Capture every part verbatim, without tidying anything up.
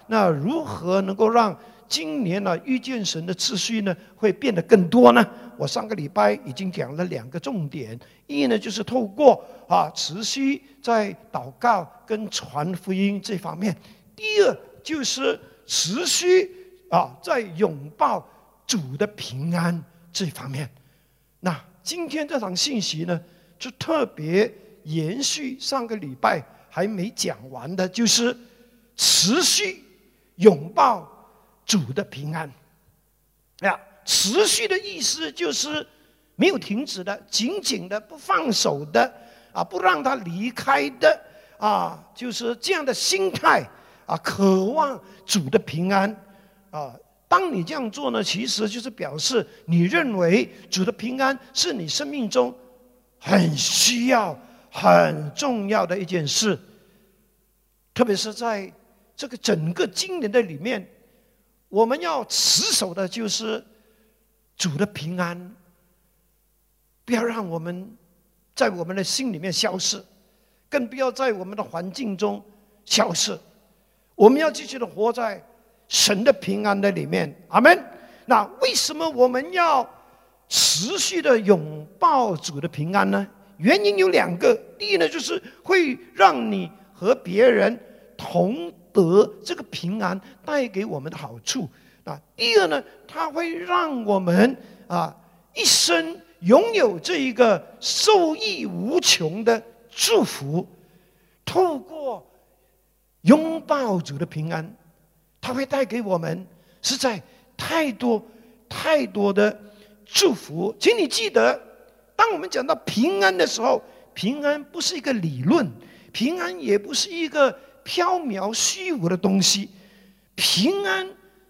那如何能够让今年呢、啊、遇见神的次序呢会变得更多呢？我上个礼拜已经讲了两个重点，一呢就是透过啊持续在祷告跟传福音这方面，第二就是持续啊在拥抱主的平安这方面。那今天这场信息呢，就特别延续上个礼拜还没讲完的，就是持续拥抱主的平安呀。持续的意思就是没有停止的，紧紧的，不放手的啊，不让他离开的啊，就是这样的心态啊，渴望主的平安啊。当你这样做呢，其实就是表示你认为主的平安是你生命中很需要、很重要的一件事，特别是在这个整个经年的里面，我们要持守的就是主的平安，不要让我们在我们的心里面消失，更不要在我们的环境中消失。我们要继续的活在神的平安的里面，阿们。那为什么我们要持续的拥抱主的平安呢？原因有两个，第一呢，就是会让你和别人同得这个平安带给我们的好处。啊，第二呢，它会让我们啊一生拥有这一个受益无穷的祝福。透过拥抱主的平安，它会带给我们实在太多太多的祝福。请你记得，当我们讲到平安的时候，平安不是一个理论，平安也不是一个缥缈虚无的东西，平安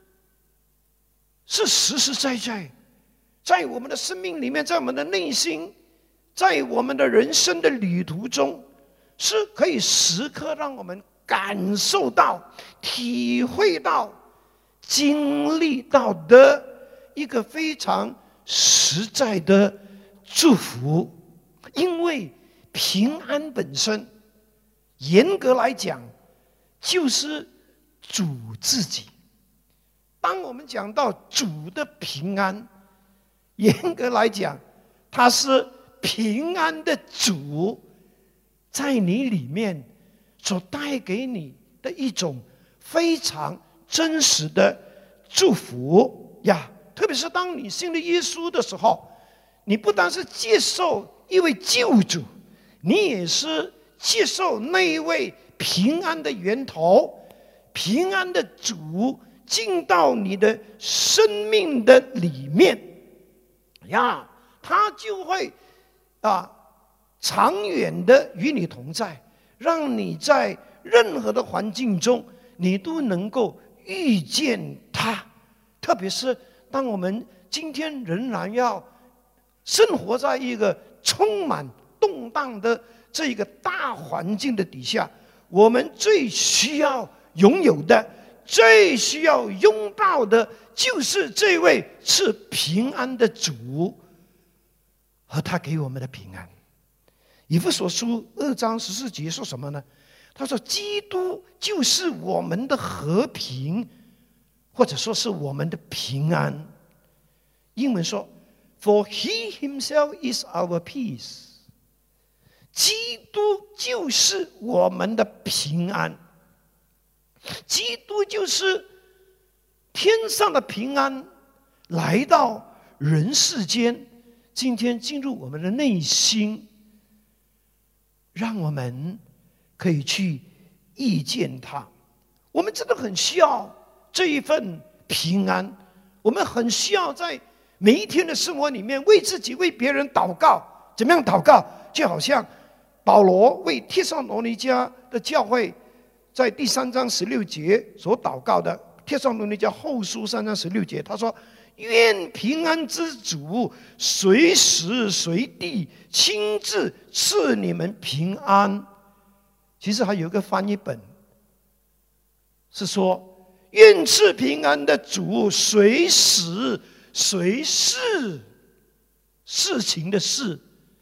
是实实在在在我们的生命里面，在我们的内心，在我们的人生的旅途中，是可以时刻让我们感受到、体会到、经历到的一个非常实在的祝福。因为平安本身严格来讲就是主自己。当我们讲到主的平安，严格来讲他是平安的主在你里面所带给你的一种非常真实的祝福呀。特别是当你信了耶稣的时候，你不单是接受一位救主，你也是接受那一位平安的源头，平安的主进到你的生命的里面呀，他就会啊长远的与你同在，让你在任何的环境中你都能够遇见他。特别是当我们今天仍然要生活在一个充满动荡的这一个大环境的底下，我们最需要拥有的，最需要拥抱的，就是这位是平安的主和他给我们的平安。以弗所书二章十四节说什么呢？他说基督就是我们的和平，或者说是我们的平安。英文说 For he himself is our peace。 基督就是我们的平安，基督就是天上的平安来到人世间，今天进入我们的内心，让我们可以去遇见他。我们真的很需要这一份平安，我们很需要在每一天的生活里面为自己为别人祷告。怎么样祷告？就好像保罗为帖撒罗尼迦的教会在第三章十六节所祷告的，帖撒罗尼迦后书三章十六节，他说愿平安之主随时随地亲自赐你们平安。其实还有一个翻译本是说愿赐平安的主随时随事，事情的事。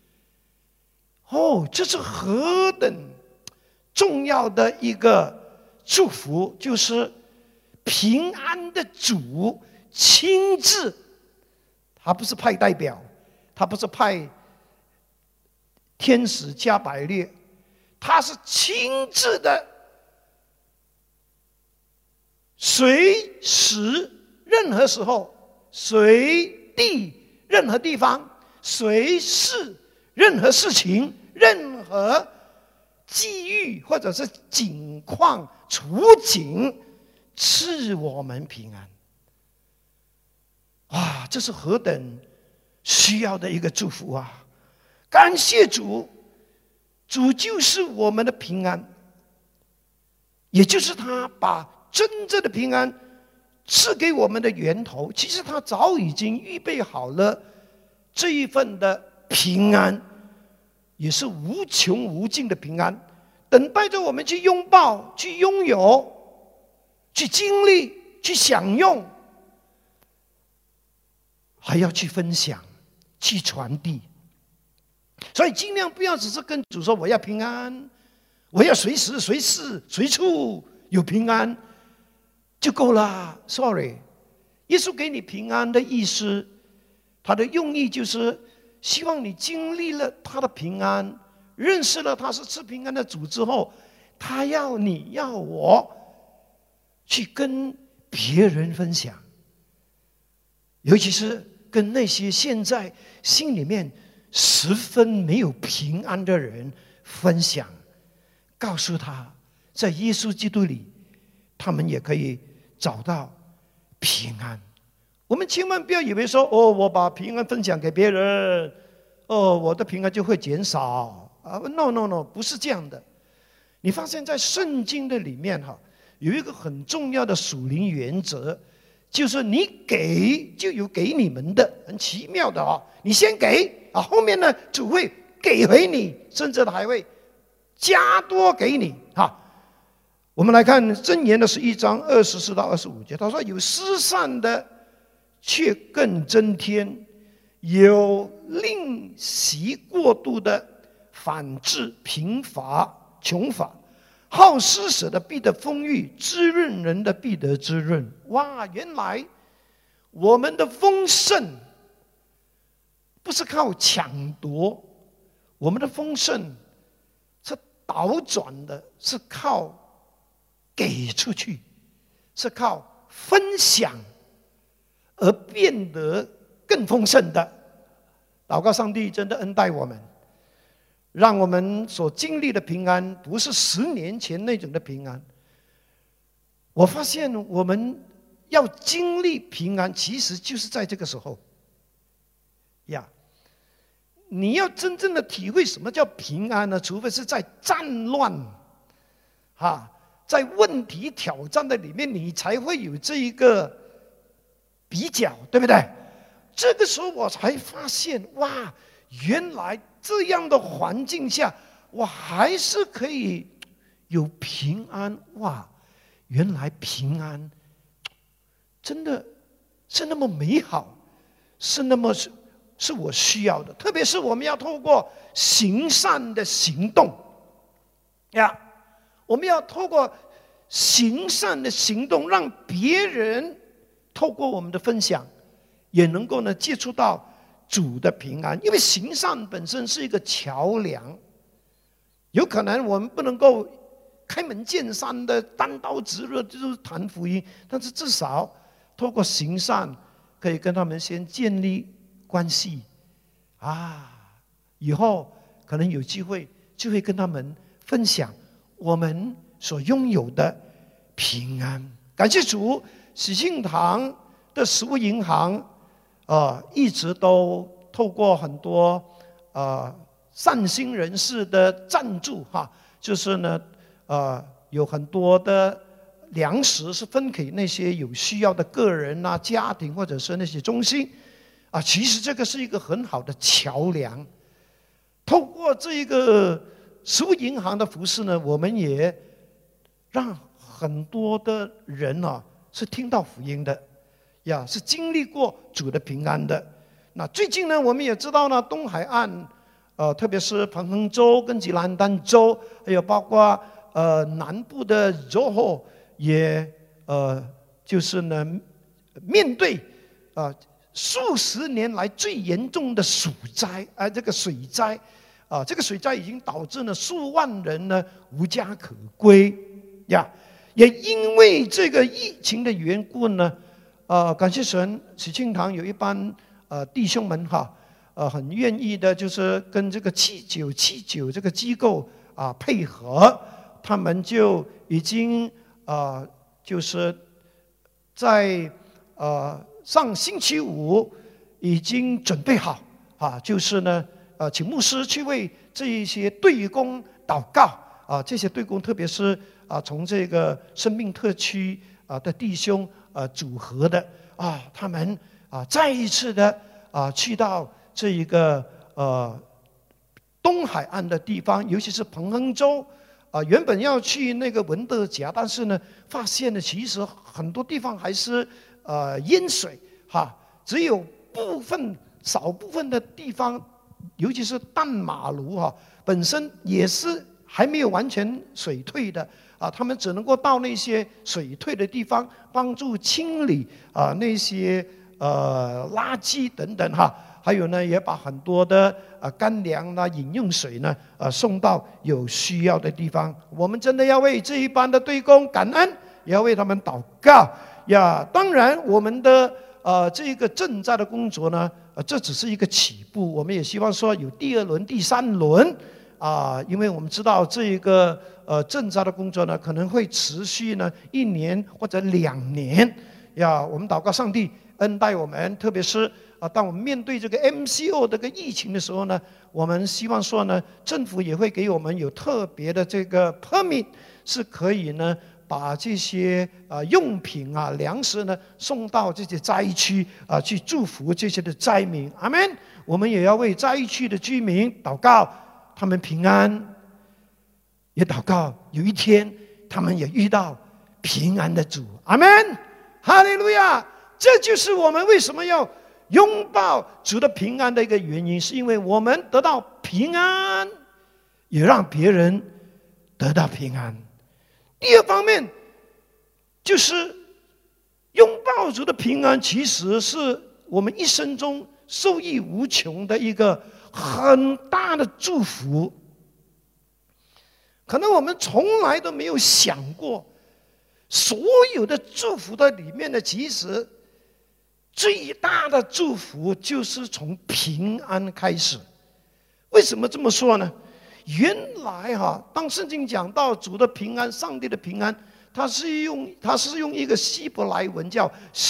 哦，这是何等重要的一个祝福，就是平安的主亲自，他不是派代表，他不是派天使加百列，他是亲自的，随时任何时候随地任何地方随事任何事情任何际遇或者是境况处境赐我们平安。哇，这是何等需要的一个祝福啊！感谢主，主就是我们的平安，也就是他把真正的平安赐给我们的源头。其实他早已经预备好了这一份的平安，也是无穷无尽的平安，等待着我们去拥抱、去拥有、去经历、去享用，还要去分享、去传递。所以尽量不要只是跟主说我要平安，我要随时随事随处有平安就够了。 Sorry， 耶稣给你平安的意思，他的用意就是希望你经历了他的平安，认识了他是赐平安的主之后，他要你要我去跟别人分享，尤其是跟那些现在心里面十分没有平安的人分享，告诉他在耶稣基督里他们也可以找到平安。我们千万不要以为说哦，我把平安分享给别人，哦，我的平安就会减少啊 ！No No No， 不是这样的。你发现在圣经的里面哈，有一个很重要的属灵原则，就是你给就有给你们的，很奇妙的哦。你先给啊，后面呢主会给回你，甚至还会加多给你哈。我们来看箴言的十一章二十四到二十五节，他说：“有施善的，却更增添；有吝惜过度的，反致贫乏穷乏。好施舍的必得丰裕，滋润人的必得滋润。”哇，原来我们的丰盛不是靠抢夺，我们的丰盛是倒转的，是靠给出去，是靠分享而变得更丰盛的。祷告上帝真的恩待我们，让我们所经历的平安不是十年前那种的平安。我发现我们要经历平安，其实就是在这个时候呀。你要真正的体会什么叫平安呢？除非是在战乱啊，在问题挑战的里面，你才会有这一个比较，对不对？这个时候我才发现，哇，原来这样的环境下，我还是可以有平安。哇，原来平安真的是那么美好，是那么是我需要的。特别是我们要透过行善的行动呀，我们要透过行善的行动，让别人透过我们的分享，也能够呢接触到主的平安。因为行善本身是一个桥梁，有可能我们不能够开门见山的单刀直入就是谈福音，但是至少透过行善，可以跟他们先建立关系啊，以后可能有机会就会跟他们分享我们所拥有的平安。感谢主，喜信堂的食物银行呃，一直都透过很多呃善心人士的赞助哈，就是呢呃有很多的粮食是分给那些有需要的个人啊、家庭或者是那些中心啊。其实这个是一个很好的桥梁。透过这一个食物银行的服事呢，我们也让很多的人啊是听到福音的呀，是经历过主的平安的。那最近呢，我们也知道呢，东海岸，呃，特别是彭亨州跟吉兰丹州，还有包括呃南部的柔后，也呃就是呢，面对啊、呃、数十年来最严重的水灾啊、呃，这个水灾啊、呃，这个水灾已经导致呢数万人呢无家可归呀。也因为这个疫情的缘故呢，呃，感谢神，喜庆堂有一班呃弟兄们哈，呃，很愿意的，就是跟这个七九七九这个机构啊、呃、配合，他们就已经呃，就是在呃上星期五已经准备好啊，就是呢，呃，请牧师去为这一些队工祷告啊，这些队工特别是。啊，从这个生命特区啊的弟兄啊组合的啊，他们啊再一次的啊去到这一个呃东海岸的地方，尤其是彭亨州啊，原本要去那个文德甲，但是呢，发现呢其实很多地方还是呃淹水哈，只有部分少部分的地方，尤其是淡马卢哈，本身也是还没有完全水退的。啊，他们只能够到那些水退的地方，帮助清理啊那些呃垃圾等等哈，还有呢，也把很多的啊干粮啦、饮用水呢，啊送到有需要的地方。我们真的要为这一班的队工感恩，也要为他们祷告呀。当然，我们的呃这个赈灾的工作呢，呃，这只是一个起步，我们也希望说有第二轮、第三轮。啊，因为我们知道这一个呃赈灾的工作呢，可能会持续呢一年或者两年呀。我们祷告上帝恩待我们，特别是啊，当我们面对这个 M C O 这个疫情的时候呢，我们希望说呢，政府也会给我们有特别的这个 permit， 是可以呢把这些啊用品啊粮食呢送到这些灾区啊去祝福这些的灾民。阿们。我们也要为灾区的居民祷告。他们平安，也祷告有一天他们也遇到平安的主。阿们，哈利路亚！这就是我们为什么要拥抱主的平安的一个原因，是因为我们得到平安，也让别人得到平安。第二方面就是拥抱主的平安，其实是我们一生中受益无穷的一个很大的祝福。可能我们从来都没有想过，所有的祝福的里面呢，其实最大的祝福就是从平安开始。为什么这么说呢？原来哈、啊，当圣经讲到主的平安、上帝的平安，它是用它是用一个希伯来文叫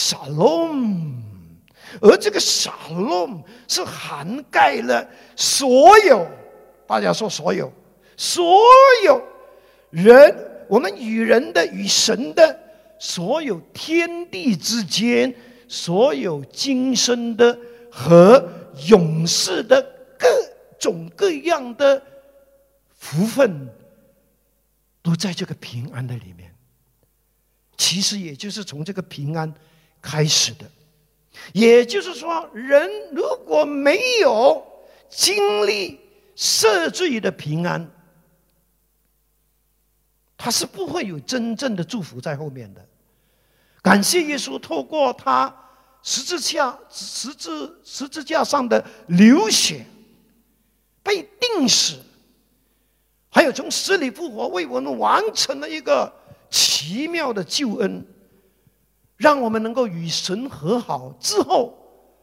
shalom。而这个 shalom 是涵盖了所有，大家说所有，所有人，我们与人的、与神的，所有天地之间，所有今生的和永世的各种各样的福分，都在这个平安的里面。其实也就是从这个平安开始的。也就是说，人如果没有经历赦罪的平安，他是不会有真正的祝福在后面的。感谢耶稣透过他十字架十字十字架上的流血，被钉死，还有从死里复活，为我们完成了一个奇妙的救恩，让我们能够与神和好之后，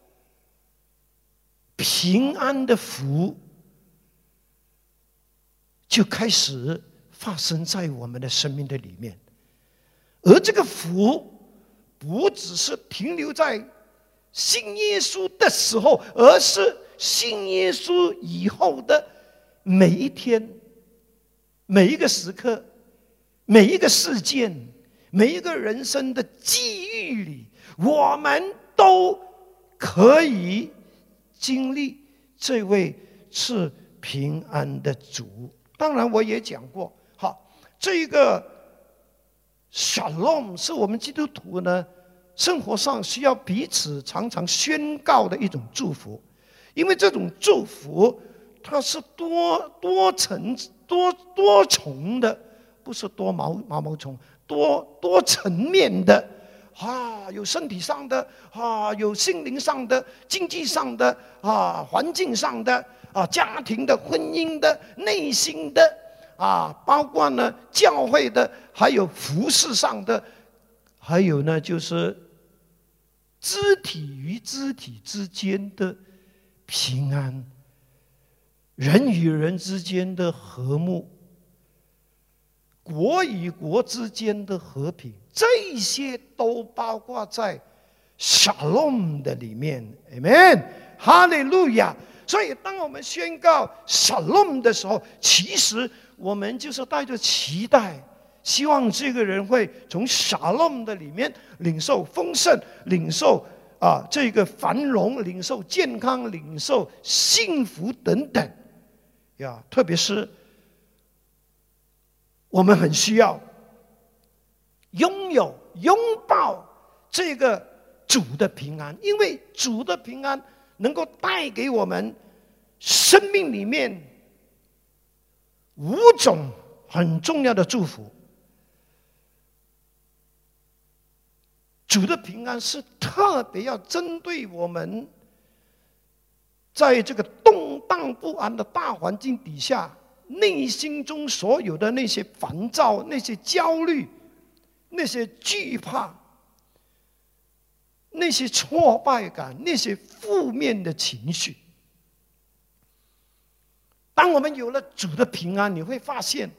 平安的福就开始发生在我们的生命的里面。而这个福不只是停留在信耶稣的时候，而是信耶稣以后的每一天、每一个时刻、每一个事件、每一个人生的际遇里，我们都可以经历这位赐平安的主。当然我也讲过，好，这个 Shalom 是我们基督徒呢生活上需要彼此常常宣告的一种祝福。因为这种祝福它是多多层多多重的，不是多毛毛毛虫，多多层面的啊，有身体上的啊，有心灵上的、经济上的啊，环境上的啊，家庭的、婚姻的、内心的啊，包括呢教会的，还有服饰上的，还有呢就是肢体与肢体之间的平安，人与人之间的和睦，国与国之间的和平，这些都包括在 Shalom 的里面。 Amen， 哈利路亚。所以当我们宣告 Shalom 的时候，其实我们就是带着期待，希望这个人会从 Shalom 的里面领受丰盛，领受啊这个繁荣，领受健康，领受幸福等等呀。特别是我们很需要拥有拥抱这个主的平安，因为主的平安能够带给我们生命里面五种很重要的祝福。主的平安是特别要针对我们在这个动荡不安的大环境底下，内心中所有的那些烦躁、那些焦虑、那些惧怕、那些挫败感、那些负面的情绪。当我们有了主的平安，你会发现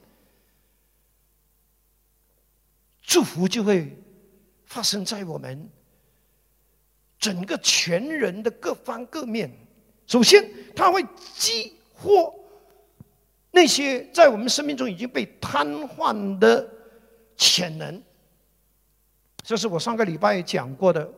祝福就会发生在我们整个全人的各方各面。首先，它会激活那些在我们生命中已经被瘫痪的潜能。这是我上个礼拜讲过的。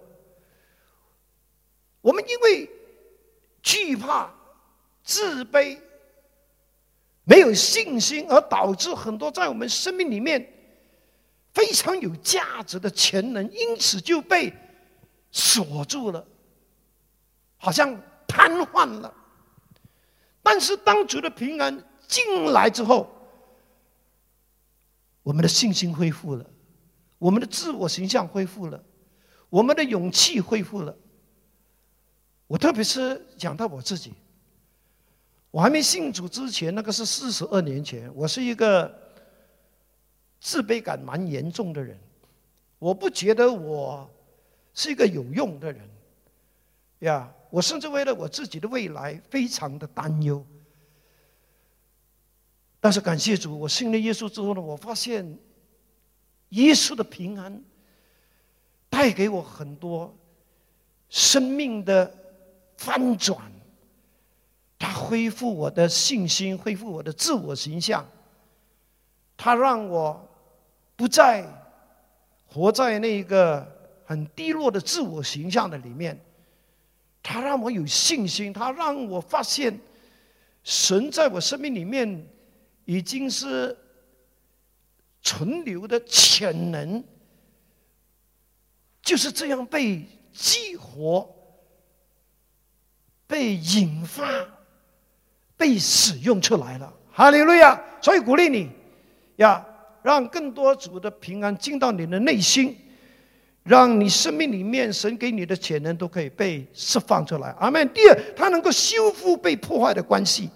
我们因为惧怕、自卑、没有信心，而导致很多在我们生命里面非常有价值的潜能，因此就被锁住了，好像瘫痪了。但是当主的平安进来之后，我们的信心恢复了，我们的自我形象恢复了，我们的勇气恢复了。我特别是讲到我自己，我还没信主之前，那个是四十二年前，我是一个自卑感蛮严重的人，我不觉得我是一个有用的人呀，我甚至为了我自己的未来非常的担忧。但是感谢主，我信了耶稣之后呢，我发现耶稣的平安带给我很多生命的翻转，他恢复我的信心，恢复我的自我形象，他让我不再活在那个很低落的自我形象的里面，他让我有信心，他让我发现神在我生命里面已经是存留的潜能，就是这样被激活、被引发、被使用出来了。哈利路亚！所以鼓励你呀，让更多主的平安进到你的内心，让你生命里面神给你的潜能都可以被释放出来。阿们。第二，它能够修复被破坏的关系。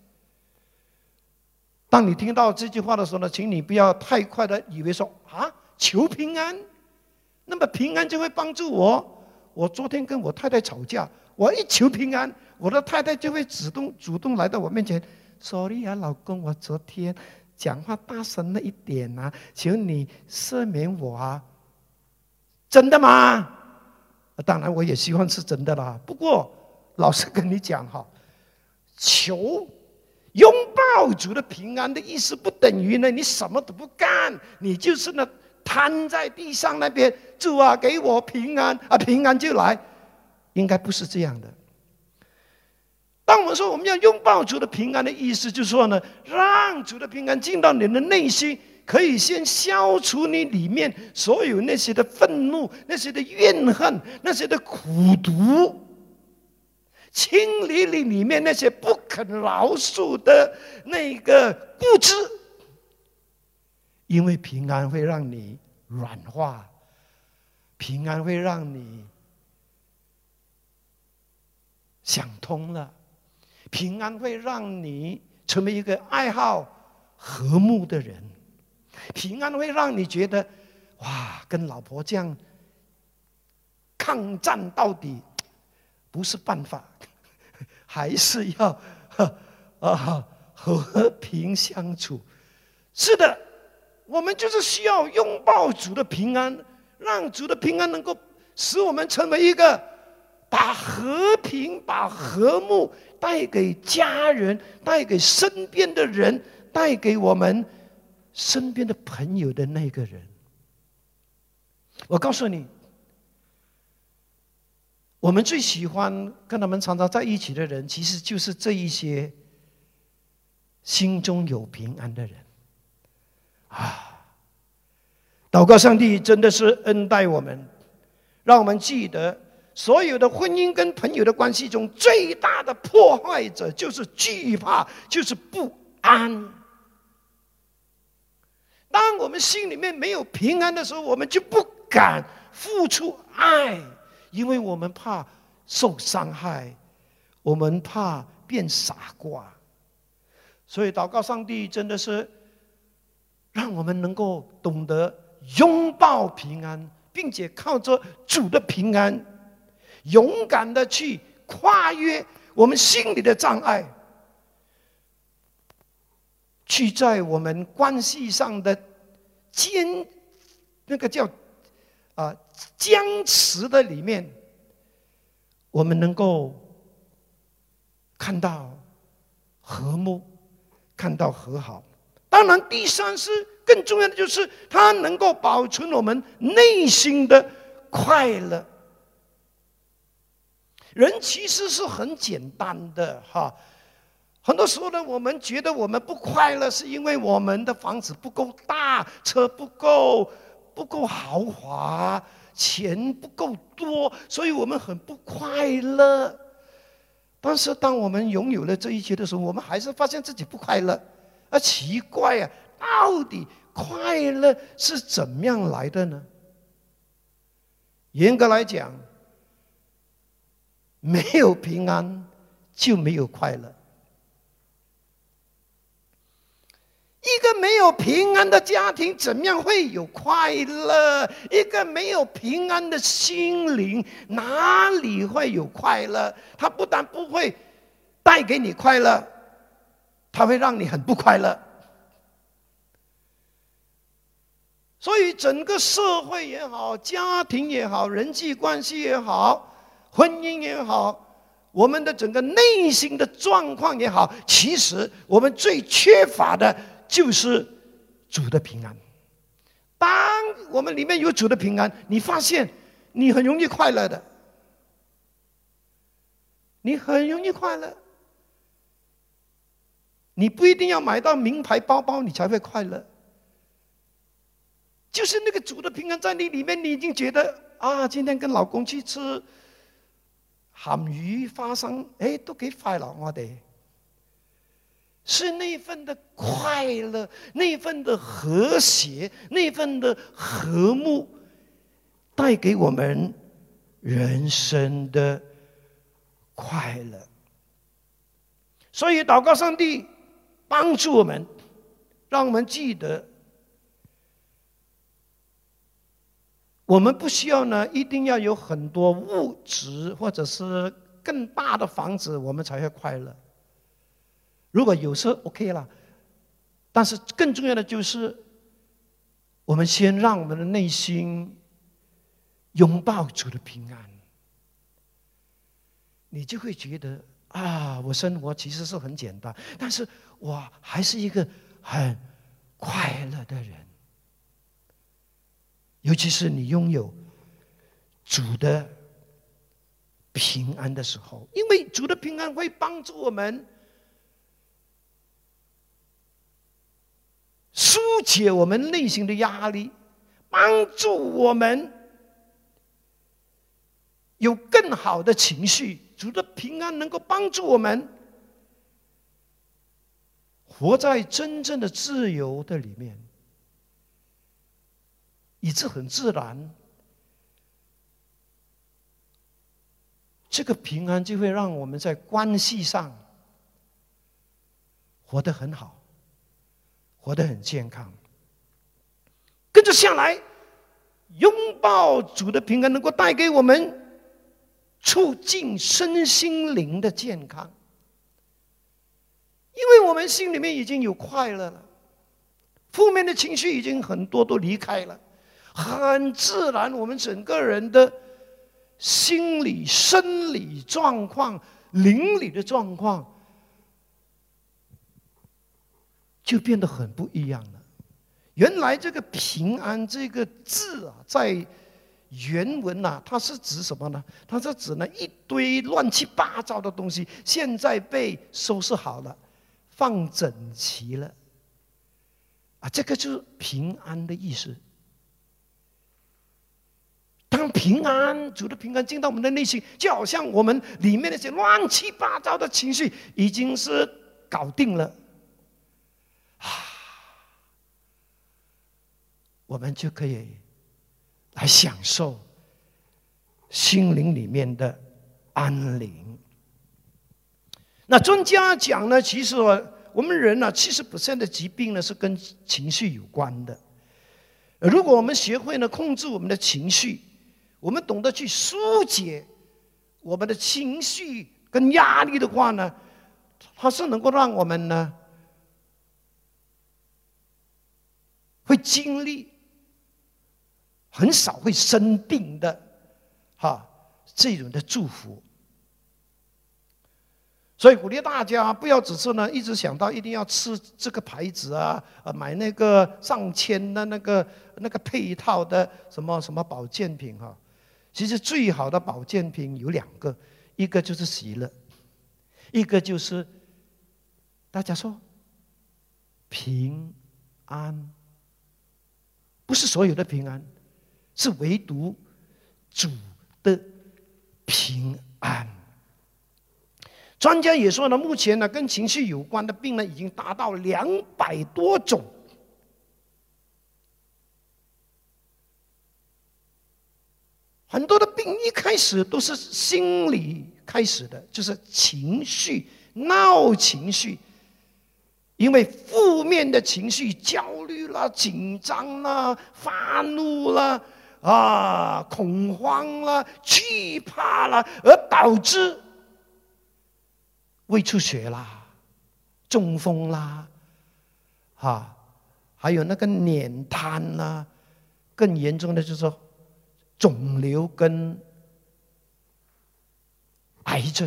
当你听到这句话的时候呢，请你不要太快的以为说啊，求平安，那么平安就会帮助我。我昨天跟我太太吵架，我一求平安，我的太太就会主动主动来到我面前 ，sorry 啊，老公，我昨天讲话大声了一点啊，求你赦免我啊。真的吗？当然我也希望是真的啦。不过老实跟你讲哈，求拥抱主的平安的意思，不等于呢你什么都不干，你就是呢瘫在地上那边，主啊给我平安啊，平安就来，应该不是这样的。当我们说我们要拥抱主的平安的意思，就是说呢，让主的平安进到你的内心，可以先消除你里面所有那些的愤怒、那些的怨恨、那些的苦毒，清理你里面那些不肯饶恕的那个固执，因为平安会让你软化， 平安会让你想通了，平安会让你成为一个爱好和睦的人，平安会让你觉得哇，跟老婆这样抗战到底不是办法，还是要啊和平相处。是的，我们就是需要拥抱主的平安，让主的平安能够使我们成为一个把和平、把和睦带给家人、带给身边的人、带给我们身边的朋友的那个人。我告诉你，我们最喜欢跟他们常常在一起的人，其实就是这一些心中有平安的人啊！祷告上帝真的是恩待我们，让我们记得，所有的婚姻跟朋友的关系中，最大的破坏者就是惧怕，就是不安。当我们心里面没有平安的时候，我们就不敢付出爱，因为我们怕受伤害，我们怕变傻瓜。所以祷告上帝真的是让我们能够懂得拥抱平安，并且靠着主的平安，勇敢的去跨越我们心里的障碍，去在我们关系上的坚那个叫啊僵持的里面，我们能够看到和睦，看到和好。当然，第三是更重要的，就是它能够保存我们内心的快乐。人其实是很简单的哈，很多时候呢，我们觉得我们不快乐，是因为我们的房子不够大，车不够不够豪华，钱不够多，所以我们很不快乐。但是当我们拥有了这一切的时候，我们还是发现自己不快乐。啊，奇怪啊，到底快乐是怎么样来的呢？严格来讲，没有平安就没有快乐。一个没有平安的家庭怎么样会有快乐？一个没有平安的心灵哪里会有快乐？它不但不会带给你快乐，它会让你很不快乐。所以整个社会也好，家庭也好，人际关系也好，婚姻也好，我们的整个内心的状况也好，其实我们最缺乏的就是主的平安。当我们里面有主的平安，你发现你很容易快乐的，你很容易快乐。你不一定要买到名牌包包你才会快乐，就是那个主的平安在你里面，你已经觉得啊，今天跟老公去吃鹹魚花生，哎，都幾快樂我哋。是那份的快乐，那份的和谐，那份的和睦，带给我们人生的快乐。所以祷告上帝帮助我们，让我们记得，我们不需要呢，一定要有很多物质或者是更大的房子，我们才会快乐。如果有时 OK 了，但是更重要的就是，我们先让我们的内心拥抱主的平安，你就会觉得啊，我生活其实是很简单，但是我还是一个很快乐的人。尤其是你拥有主的平安的时候，因为主的平安会帮助我们疏解我们内心的压力，帮助我们有更好的情绪。主的平安能够帮助我们活在真正的自由的里面，以致很自然这个平安就会让我们在关系上活得很好，活得很健康。跟着下来，拥抱主的平安能够带给我们促进身心灵的健康，因为我们心里面已经有快乐了，负面的情绪已经很多都离开了，很自然我们整个人的心理、生理状况、灵里的状况就变得很不一样了。原来这个平安这个字啊，在原文啊，它是指什么呢？它是指呢一堆乱七八糟的东西，现在被收拾好了，放整齐了啊，这个就是平安的意思。当平安，主的平安进到我们的内心，就好像我们里面那些乱七八糟的情绪已经是搞定了啊，我们就可以来享受心灵里面的安宁。那专家讲呢，其实我们人呢，七十 percent 的疾病呢是跟情绪有关的。如果我们学会呢控制我们的情绪，我们懂得去疏解我们的情绪跟压力的话呢，它是能够让我们呢会经历很少会生病的哈这种的祝福。所以鼓励大家不要只是呢一直想到一定要吃这个牌子啊，呃买那个上千的那个那个配套的什么什么保健品哈。其实最好的保健品有两个，一个就是喜乐，一个就是大家说平安。不是所有的平安，是唯独主的平安。专家也说呢，目前呢跟情绪有关的病呢已经达到两百多种。很多的病一开始都是心理开始的，就是情绪、闹情绪，因为负面的情绪，焦虑啦、紧张啦、发怒啦、啊恐慌啦、惧怕啦，而导致胃出血啦、中风啦，啊，还有那个碾瘫啦，更严重的就是说肿瘤跟癌症。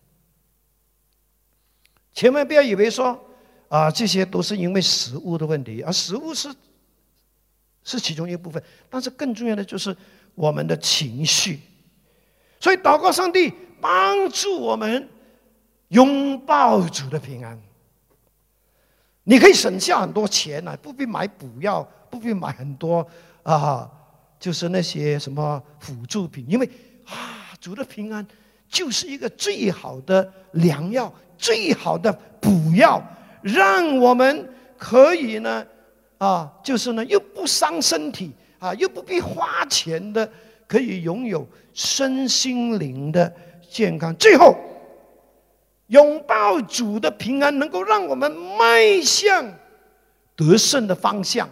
千万不要以为说啊，这些都是因为食物的问题，而食物是是其中一部分，但是更重要的就是我们的情绪。所以祷告上帝帮助我们拥抱主的平安。你可以省下很多钱啊，不必买补药，不必买很多啊。就是那些什么辅助品，因为啊，主的平安就是一个最好的良药，最好的补药，让我们可以呢，啊，就是呢又不伤身体啊，又不必花钱的，可以拥有身心灵的健康。最后，拥抱主的平安，能够让我们迈向得胜的方向。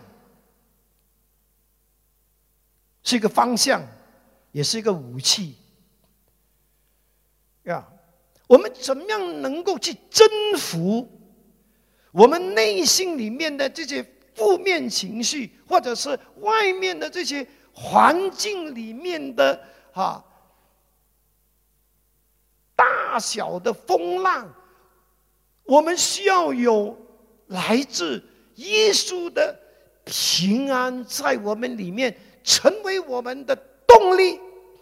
是一个方向，也是一个武器呀。我们怎么样能够去征服我们内心里面的这些负面情绪，或者是外面的这些环境里面的啊大小的风浪？我们需要有来自耶稣的平安在我们里面，成为我们的动力。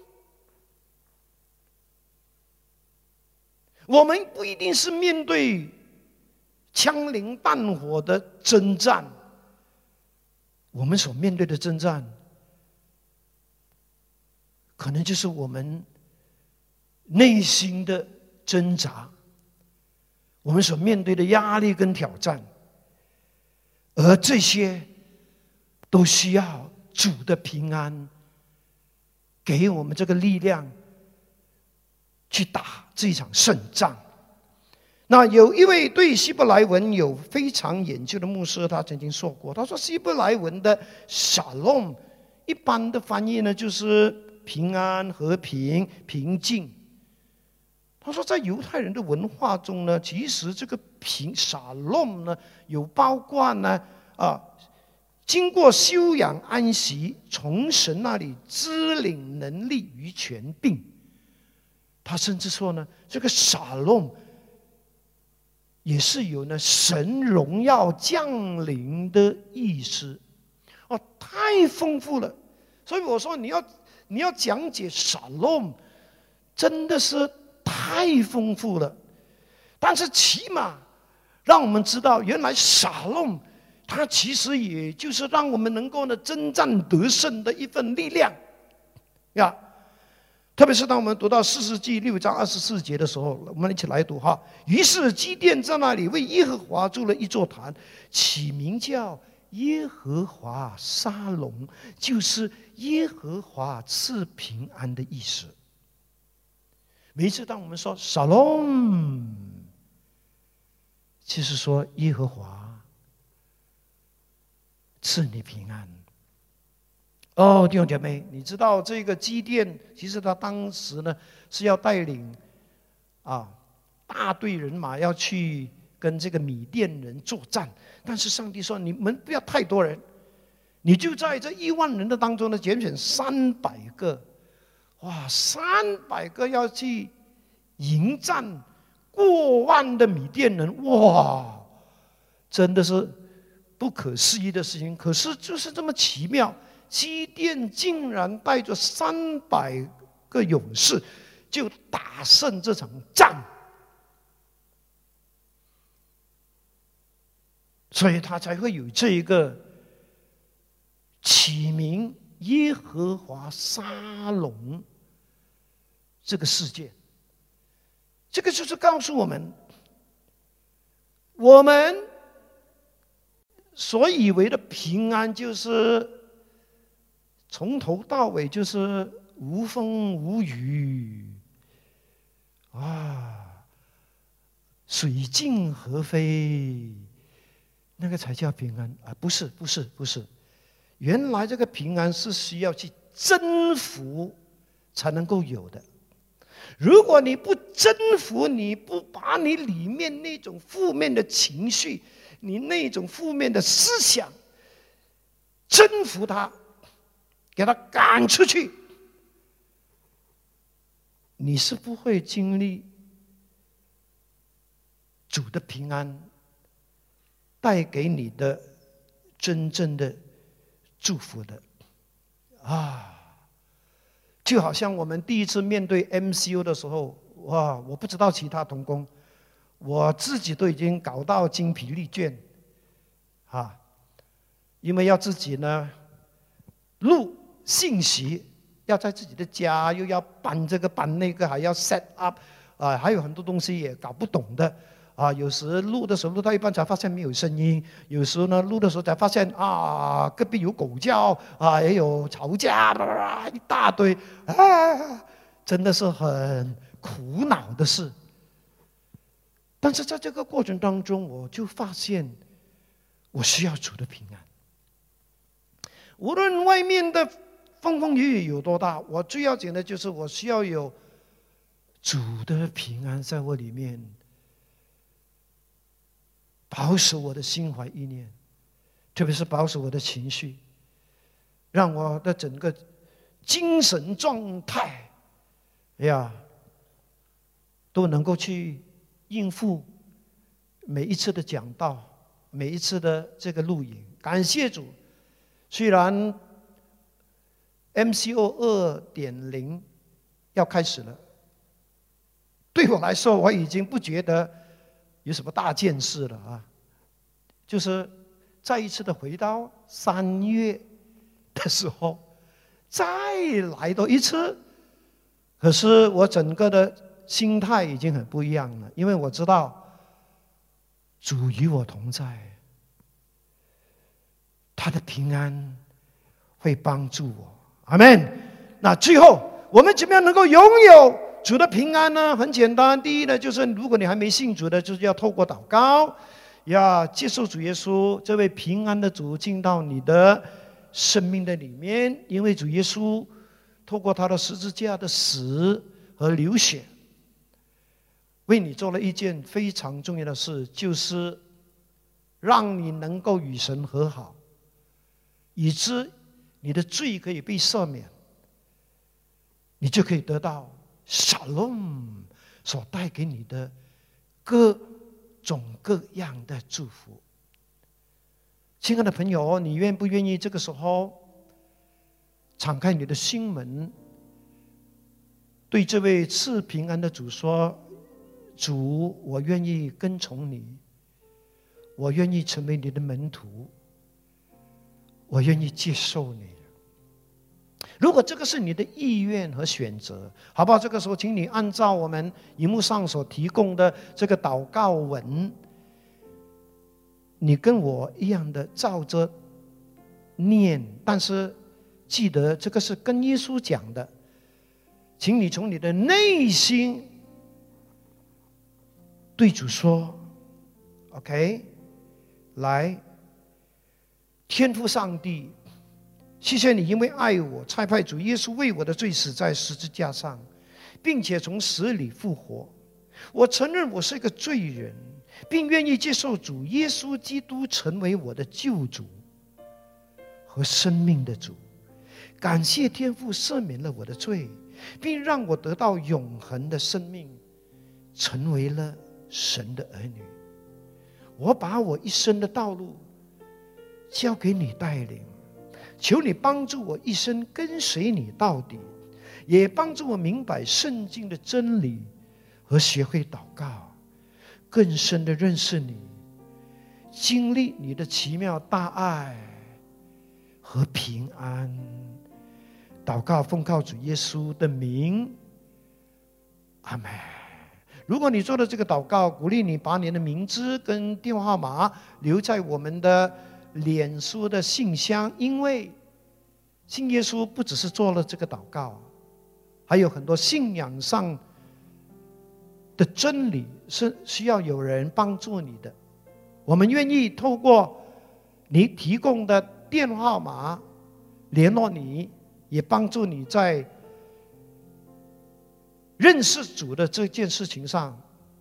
我们不一定是面对枪林弹火的征战，我们所面对的征战，可能就是我们内心的挣扎，我们所面对的压力跟挑战，而这些都需要主的平安给我们这个力量， 去打这场胜仗。那有一位对希伯来文有非常研究的牧师，他曾经说过，他说希伯来文的 shalom 一般的翻译呢就是平安、和平、平静。他说在犹太人的文化中呢，其实这个平 shalom 呢有包括呢啊，经过修养安息，从神那里支领能力与权柄。他甚至说呢，这个 shalom也是有呢神荣耀降临的意思。哦，太丰富了。所以我说你要你要讲解 shalom， 真的是太丰富了。但是起码让我们知道，原来 shalom 它其实也就是让我们能够呢征战得胜的一份力量呀。特别是当我们读到士师记六章二十四节的时候，我们一起来读哈。于是基甸在那里为耶和华筑了一座坛，起名叫耶和华沙龙，就是耶和华赐平安的意思。每一次当我们说沙龙，其实说耶和华赐你平安。哦，弟兄姐妹，你知道这个基甸，其实他当时呢是要带领啊大队人马要去跟这个米甸人作战，但是上帝说你们不要太多人，你就在这一万人的当中呢拣选三百个，哇，三百个要去迎战过万的米甸人，哇，真的是不可思议的事情。可是就是这么奇妙。基甸竟然带着三百个勇士，就打胜这场仗，所以他才会有这一个起名耶和华沙龙这个事件。这个就是告诉我们，我们所以为的平安就是从头到尾就是无风无雨啊，水静河飞，那个才叫平安啊！不是，不是，不是，原来这个平安是需要去征服才能够有的。如果你不征服，你不把你里面那种负面的情绪，你那种负面的思想征服它，给他赶出去，你是不会经历主的平安带给你的真正的祝福的啊！就好像我们第一次面对 M C O 的时候，哇，我不知道其他同工，我自己都已经搞到精疲力倦啊，因为要自己呢录信息，要在自己的家，又要搬这个搬那个，还要 set up 啊，还有很多东西也搞不懂的啊。有时录的时候录到一半才发现没有声音，有时候呢录的时候才发现啊，隔壁有狗叫啊，也有吵架，啊、一大堆啊，真的是很苦恼的事。但是在这个过程当中，我就发现我需要主的平安，无论外面的风风雨雨有多大，我最要紧的就是我需要有主的平安在我里面，保守我的心怀意念，特别是保守我的情绪，让我的整个精神状态呀都能够去应付每一次的讲道，每一次的这个录影。感谢主，虽然M C O 二点零 要开始了，对我来说我已经不觉得有什么大件事了啊，就是再一次的回到三月的时候再来多一次，可是我整个的心态已经很不一样了，因为我知道主与我同在，他的平安会帮助我。阿们。那最后我们怎么样能够拥有主的平安呢，很简单。第一呢，就是如果你还没信主的，就是要透过祷告，要接受主耶稣这位平安的主进到你的生命的里面。因为主耶稣透过他的十字架的死和流血，为你做了一件非常重要的事，就是让你能够与神和好，以致你的罪可以被赦免，你就可以得到Shalom所带给你的各种各样的祝福。亲爱的朋友，你愿不愿意这个时候敞开你的心门，对这位赐平安的主说：主，我愿意跟从你，我愿意成为你的门徒，我愿意接受你。如果这个是你的意愿和选择，好不好？这个时候请你按照我们荧幕上所提供的这个祷告文，你跟我一样的照着念，但是记得这个是跟耶稣讲的，请你从你的内心对主说 OK， 来，天父上帝，谢谢你因为爱我，差派主耶稣为我的罪死在十字架上，并且从死里复活。我承认我是一个罪人，并愿意接受主耶稣基督成为我的救主和生命的主。感谢天父赦免了我的罪，并让我得到永恒的生命，成为了神的儿女。我把我一生的道路交给你带领，求你帮助我一生跟随你到底，也帮助我明白圣经的真理和学会祷告，更深的认识你，经历你的奇妙大爱和平安。祷告奉靠主耶稣的名，阿们。如果你做了这个祷告，鼓励你把你的名字跟电话号码留在我们的脸书的信箱，因为信耶稣不只是做了这个祷告，还有很多信仰上的真理是需要有人帮助你的。我们愿意透过你提供的电话号码联络你，也帮助你在认识主的这件事情上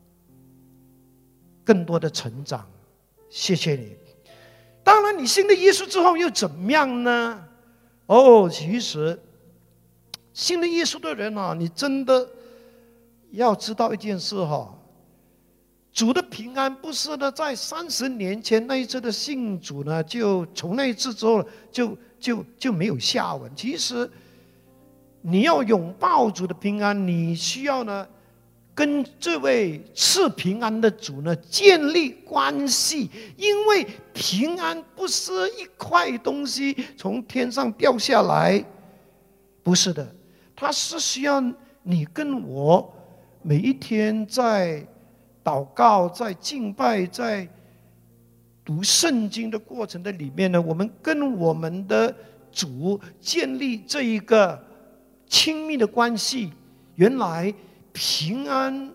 更多的成长。谢谢你。当然你信了耶稣之后又怎么样呢？哦，其实信了耶稣的人啊，你真的要知道一件事哈，主的平安不是呢在三十年前那一次的信主呢，就从那一次之后就就就没有下文。其实你要拥抱主的平安，你需要呢跟这位赐平安的主呢建立关系，因为平安不是一块东西从天上掉下来，不是的，它是需要你跟我每一天在祷告、在敬拜、在读圣经的过程的里面呢，我们跟我们的主建立这一个亲密的关系。原来平安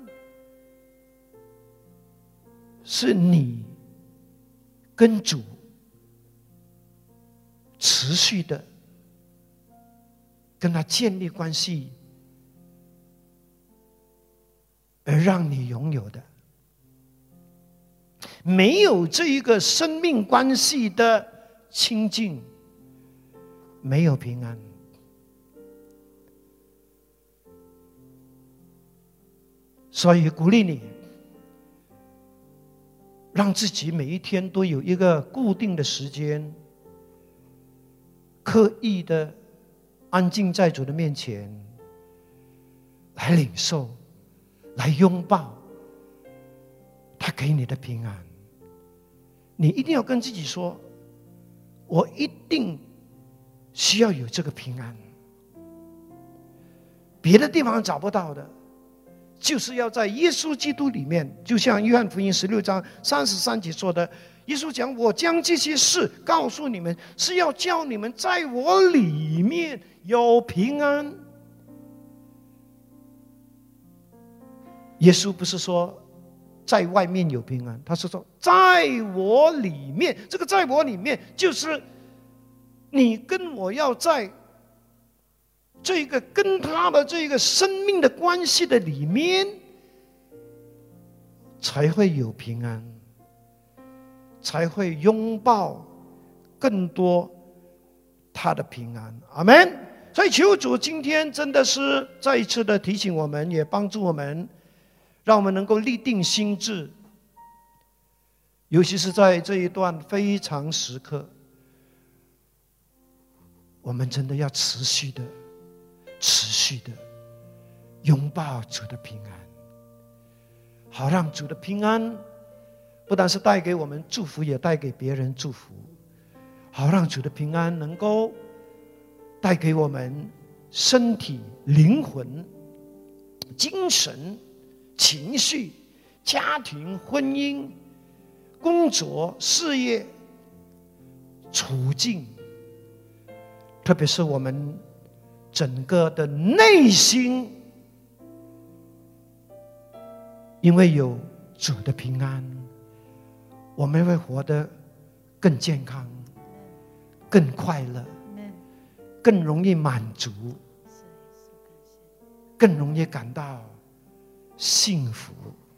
是你跟主持续的跟他建立关系而让你拥有的。没有这一个生命关系的亲近，没有平安。所以鼓励你，让自己每一天都有一个固定的时间，刻意的安静在主的面前，来领受，来拥抱他给你的平安。你一定要跟自己说，我一定需要有这个平安，别的地方找不到的，就是要在耶稣基督里面。就像约翰福音十六章三十三节说的，耶稣讲，我将这些事告诉你们，是要叫你们在我里面有平安。 耶稣不是说在外面有平安，他是说在我里面。这个在我里面，就是你跟我要在这个跟他的这个生命的关系的里面，才会有平安，才会拥抱更多他的平安。阿们。所以求主今天真的是再一次的提醒我们，也帮助我们，让我们能够立定心志，尤其是在这一段非常时刻，我们真的要持续的持续的拥抱主的平安，好让主的平安不但是带给我们祝福，也带给别人祝福，好让主的平安能够带给我们身体、灵魂、精神、情绪、家庭、婚姻、工作、事业、处境，特别是我们整个的内心，因为有主的平安，我们会活得更健康、更快乐，更容易满足，更容易感到幸福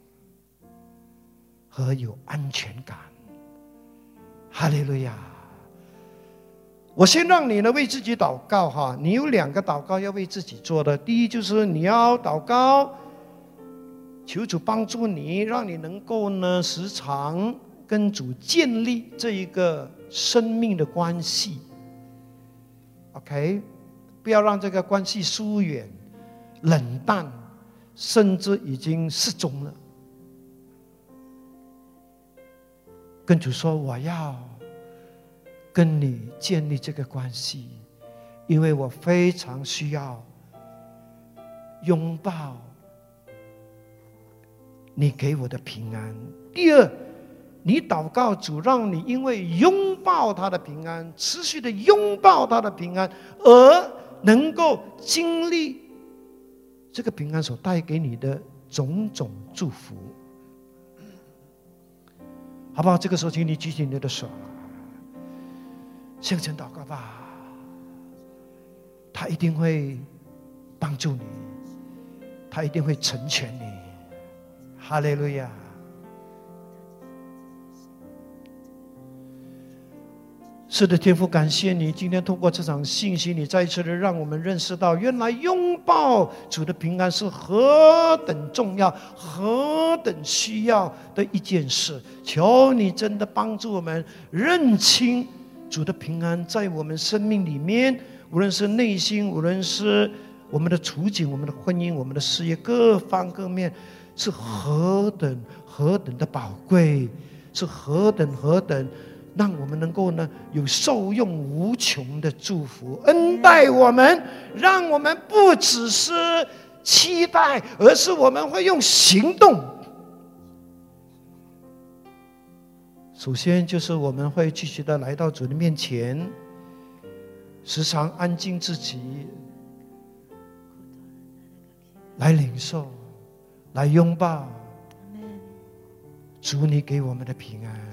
和有安全感。哈利路亚！我先让你呢为自己祷告哈，你有两个祷告要为自己做的。第一就是你要祷告，求主帮助你，让你能够呢时常跟主建立这一个生命的关系。OK， 不要让这个关系疏远、冷淡，甚至已经失踪了。跟主说，我要跟你建立这个关系，因为我非常需要拥抱你给我的平安。第二，你祷告主，让你因为拥抱他的平安，持续的拥抱他的平安，而能够经历这个平安所带给你的种种祝福，好不好？这个时候请你举起你的手，向神祷告吧，他一定会帮助你，他一定会成全你。哈利路亚！是的，天父，感谢你今天透过这场信息，你再一次的让我们认识到，原来拥抱主的平安是何等重要、何等需要的一件事。求你真的帮助我们认清主的平安在我们生命里面，无论是内心，无论是我们的处境、我们的婚姻、我们的事业，各方各面是何等何等的宝贵，是何等何等让我们能够呢有受用无穷的祝福，恩待我们，让我们不只是期待，而是我们会用行动。首先就是我们会继续的来到主的面前，时常安静自己，来领受，来拥抱主你给我们的平安。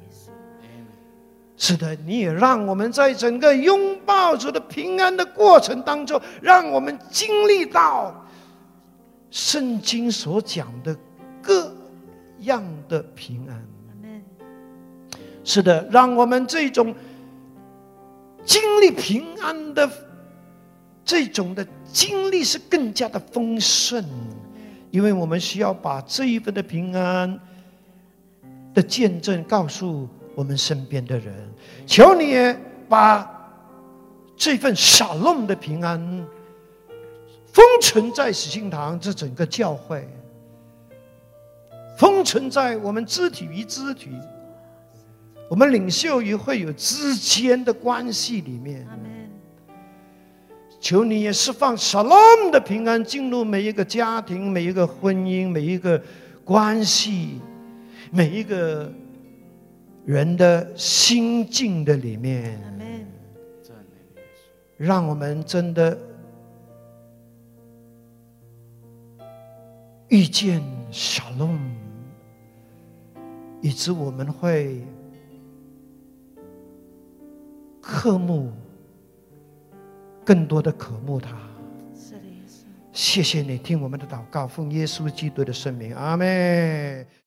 是的，你也让我们在整个拥抱主的平安的过程当中，让我们经历到圣经所讲的各样的平安。是的，让我们这种经历平安的这种的经历是更加的丰盛，因为我们需要把这一份的平安的见证告诉我们身边的人。求你也把这份沙龙的平安封存在喜信堂这整个教会，封存在我们肢体与肢体，我们领袖与会友之间的关系里面。求你也释放沙龙的平安进入每一个家庭、每一个婚姻、每一个关系、每一个人的心境的里面，让我们真的遇见 Shalom， 以致我们会渴慕，更多的渴慕他。谢谢你听我们的祷告，奉耶稣基督的圣名，阿们。